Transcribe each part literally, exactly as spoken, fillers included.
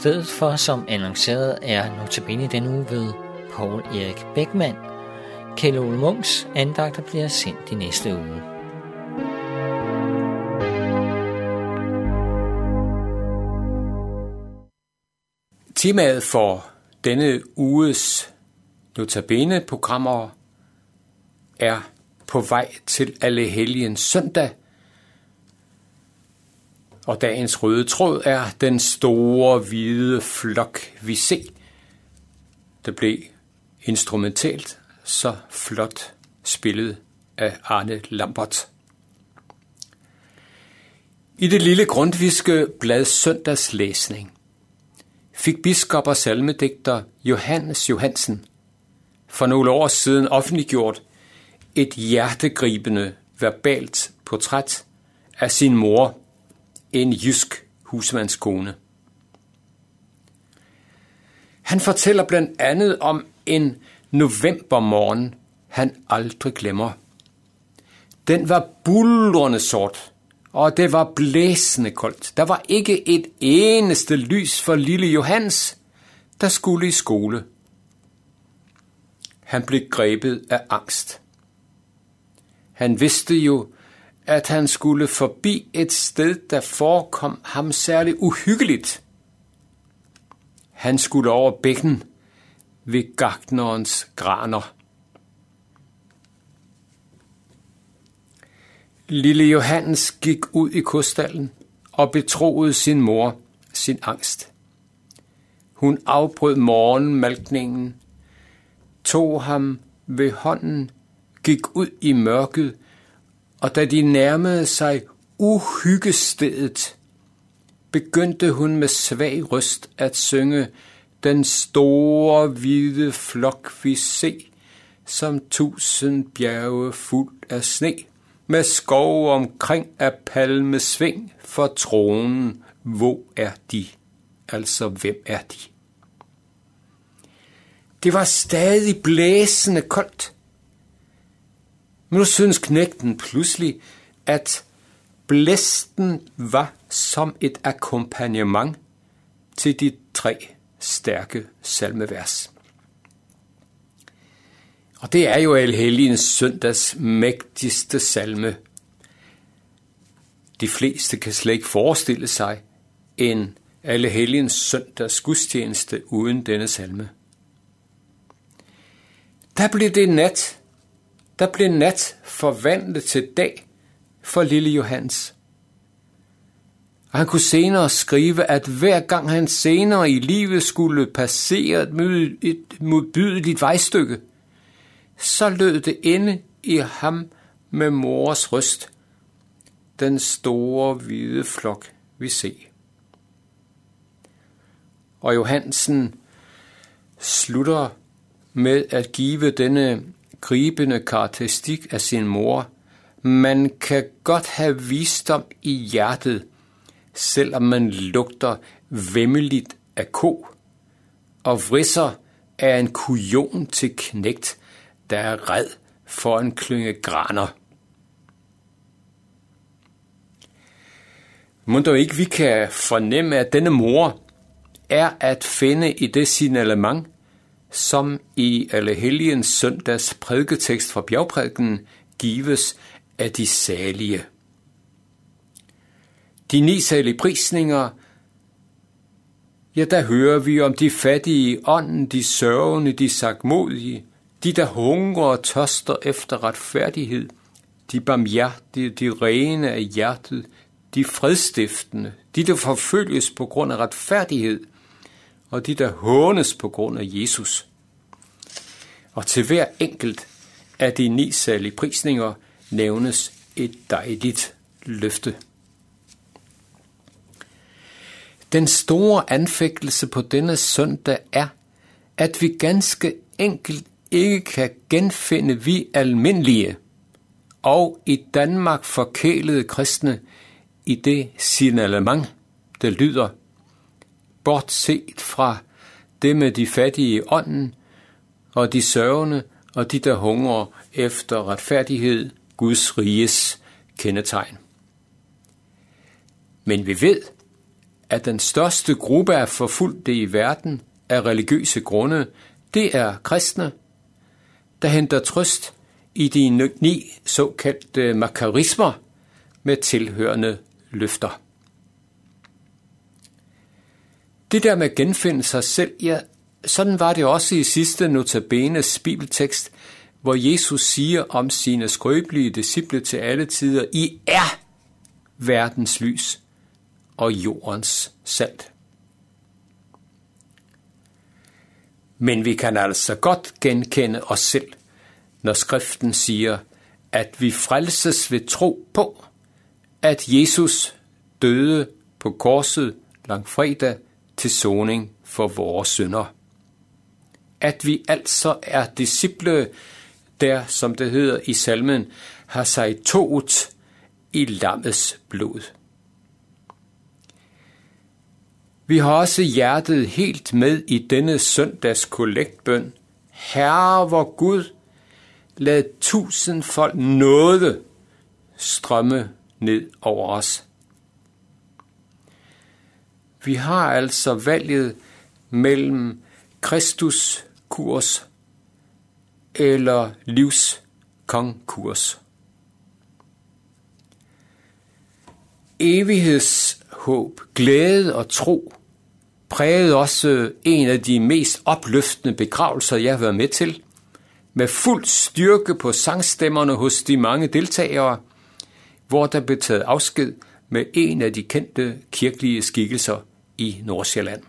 stedet for, som annonceret, er notabene denne uge ved Paul Erik Beckmann. Kjeld Ole Munks andagter bliver sendt i næste uge. Temaet for denne uges notabene-programmer er på vej til Allehelgens søndag, og dagens røde tråd er den store hvide flok, vi ser. Det blev instrumentalt så flot spillet af Arne Lambert. I det lille grundtviske blad Søndagslæsning fik biskop og salmedigter Johannes Johansen for nogle år siden offentliggjort et hjertegribende verbalt portræt af sin mor, en jysk husmandskone. Han fortæller blandt andet om en novembermorgen, han aldrig glemmer. Den var buldrende sort, og det var blæsende koldt. Der var ikke et eneste lys for lille Johannes, der skulle i skole. Han blev grebet af angst. Han vidste jo, at han skulle forbi et sted, der forekom ham særligt uhyggeligt. Han skulle over bækken ved gartnerens graner. Lille Johannes gik ud i kostallen og betroede sin mor sin angst. Hun afbrød morgenmalkningen, tog ham ved hånden, gik ud i mørket, og da de nærmede sig uhyggestedet, begyndte hun med svag røst at synge den store hvide flok vi se, som tusind bjerge fuld af sne, med skov omkring af palmesving, for tronen, hvor er de? Altså, hvem er de? Det var stadig blæsende koldt. Men nu synes knægten pludselig, at blæsten var som et akkompagnement til de tre stærke salmevers. Og det er jo Allehelgens søndags mægtigste salme. De fleste kan slet ikke forestille sig en Allehelgens søndags gudstjeneste uden denne salme. Der blev det nat. Der blev nat forvandlet til dag for lille Johannes. Og han kunne senere skrive, at hver gang han senere i livet skulle passere et modbydeligt vejstykke, så lød det inde i ham med mors røst, den store hvide flok vi se. Og Johansen slutter med at give denne gribende karakteristik af sin mor: man kan godt have visdom i hjertet, selvom man lugter væmmeligt af ko, og vrisser af en kujon til knægt, der er red for en klynge graner. Mon dog ikke vi kan fornemme, at denne mor er at finde i det signalement, som i Allehelgens søndags prædiketekst fra bjergprædikenen gives af de salige. De ni salige prisninger, ja, der hører vi om de fattige i ånden, de sørgende, de sagtmodige, de der hungrer og tørster efter retfærdighed, de barmhjertige, de rene af hjertet, de fredstiftende, de der forfølges på grund af retfærdighed, og de der hånes på grund af Jesus. Og til hver enkelt af de ni salige prisninger nævnes et dejligt løfte. Den store anfægtelse på denne søndag er, at vi ganske enkelt ikke kan genfinde vi almindelige og i Danmark forkælede kristne i det signalement, der lyder: bortset fra det med de fattige i ånden, og de sørgende, og de, der hungrer efter retfærdighed, Guds riges kendetegn. Men vi ved, at den største gruppe af forfulgte i verden af religiøse grunde, det er kristne, der henter trøst i de ni såkaldte makarismer med tilhørende løfter. Det der med at genfinde sig selv, ja, sådan var det også i sidste notabenes bibeltekst, hvor Jesus siger om sine skrøbelige disciple til alle tider, I er verdens lys og jordens salt. Men vi kan altså godt genkende os selv, når skriften siger, at vi frelses ved tro på, at Jesus døde på korset langfredag til soning for vores synder. At vi altså er disciple, der, som det hedder i salmen, har sig toget i lammets blod. Vi har også hjertet helt med i denne søndags kollektbøn. Herre vor Gud, lad tusindfold nåde strømme ned over os. Vi har altså valget mellem Kristus kurs eller livskonkurs. Evighedshåb, glæde og tro prægede også en af de mest opløftende begravelser, jeg har været med til, med fuld styrke på sangstemmerne hos de mange deltagere, hvor der blev taget afsked med en af de kendte kirkelige skikkelser i Nordsjælland.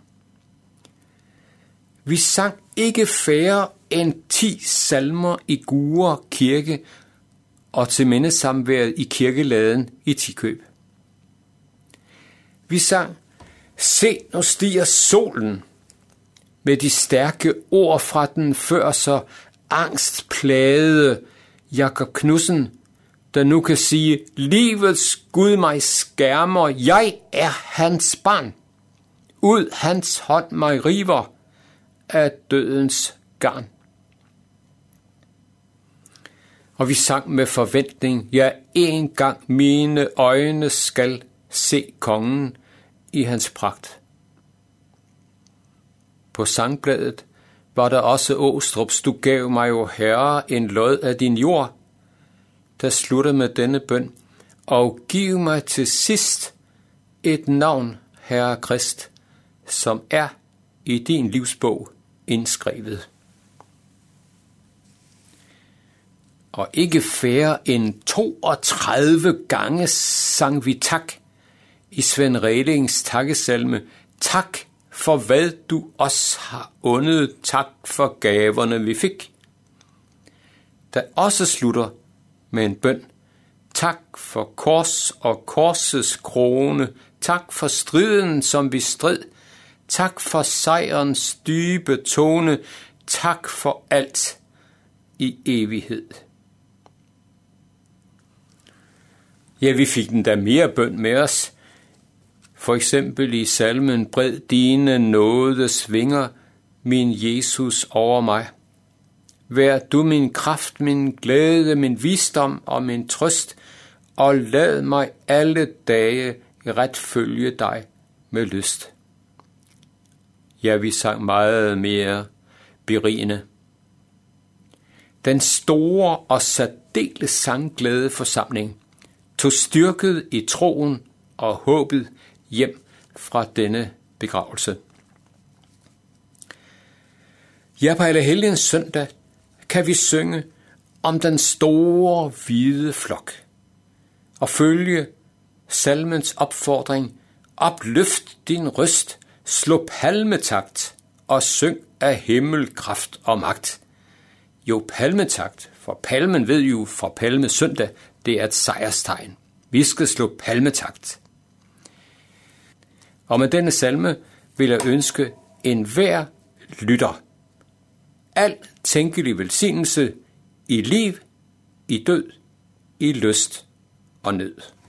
Vi sang ikke færre end ti salmer i Gurre Kirke og til mindesamværet i kirkeladen i Tikøb. Vi sang, se nu stiger solen, med de stærke ord fra den før så angstplagede Jakob Knudsen, der nu kan sige, livets Gud mig skærmer, jeg er hans barn. Ud hans hånd mig river af dødens garn. Og vi sang med forventning, ja, en gang mine øjne skal se kongen i hans pragt. På sangbladet var der også Åstrups, du gav mig jo herre en lod af din jord, der slutter med denne bøn, og giv mig til sidst et navn, Herre Krist, som er i din livsbog indskrevet. Og ikke færre end toogtredive gange sang vi tak i Svend Redings takkesalme. Tak for hvad du os har undet, tak for gaverne vi fik. Der også slutter med en bøn. Tak for kors og korsets krone, tak for striden som vi strid, tak for sejrens dybe tone, tak for alt i evighed. Ja, vi fik den der mere bøn med os. For eksempel i salmen, bred dine nåde svinger, min Jesus over mig. Vær du min kraft, min glæde, min visdom og min trøst, og lad mig alle dage ret følge dig med lyst. Ja, vi sang meget mere berigende. Den store og særdeles sangglæde forsamling tog styrket i troen og håbet hjem fra denne begravelse. Ja, på Allehelgens søndag kan vi synge om den store hvide flok og følge salmens opfordring, opløft din røst, slå palmetakt og syng af himmel, kraft og magt. Jo, palmetakt, for palmen ved jo fra palmesøndag, det er et sejrstegn. Vi skal slå palmetakt. Og med denne salme vil jeg ønske enhver lytter al tænkelig velsignelse i liv, i død, i lyst og nød.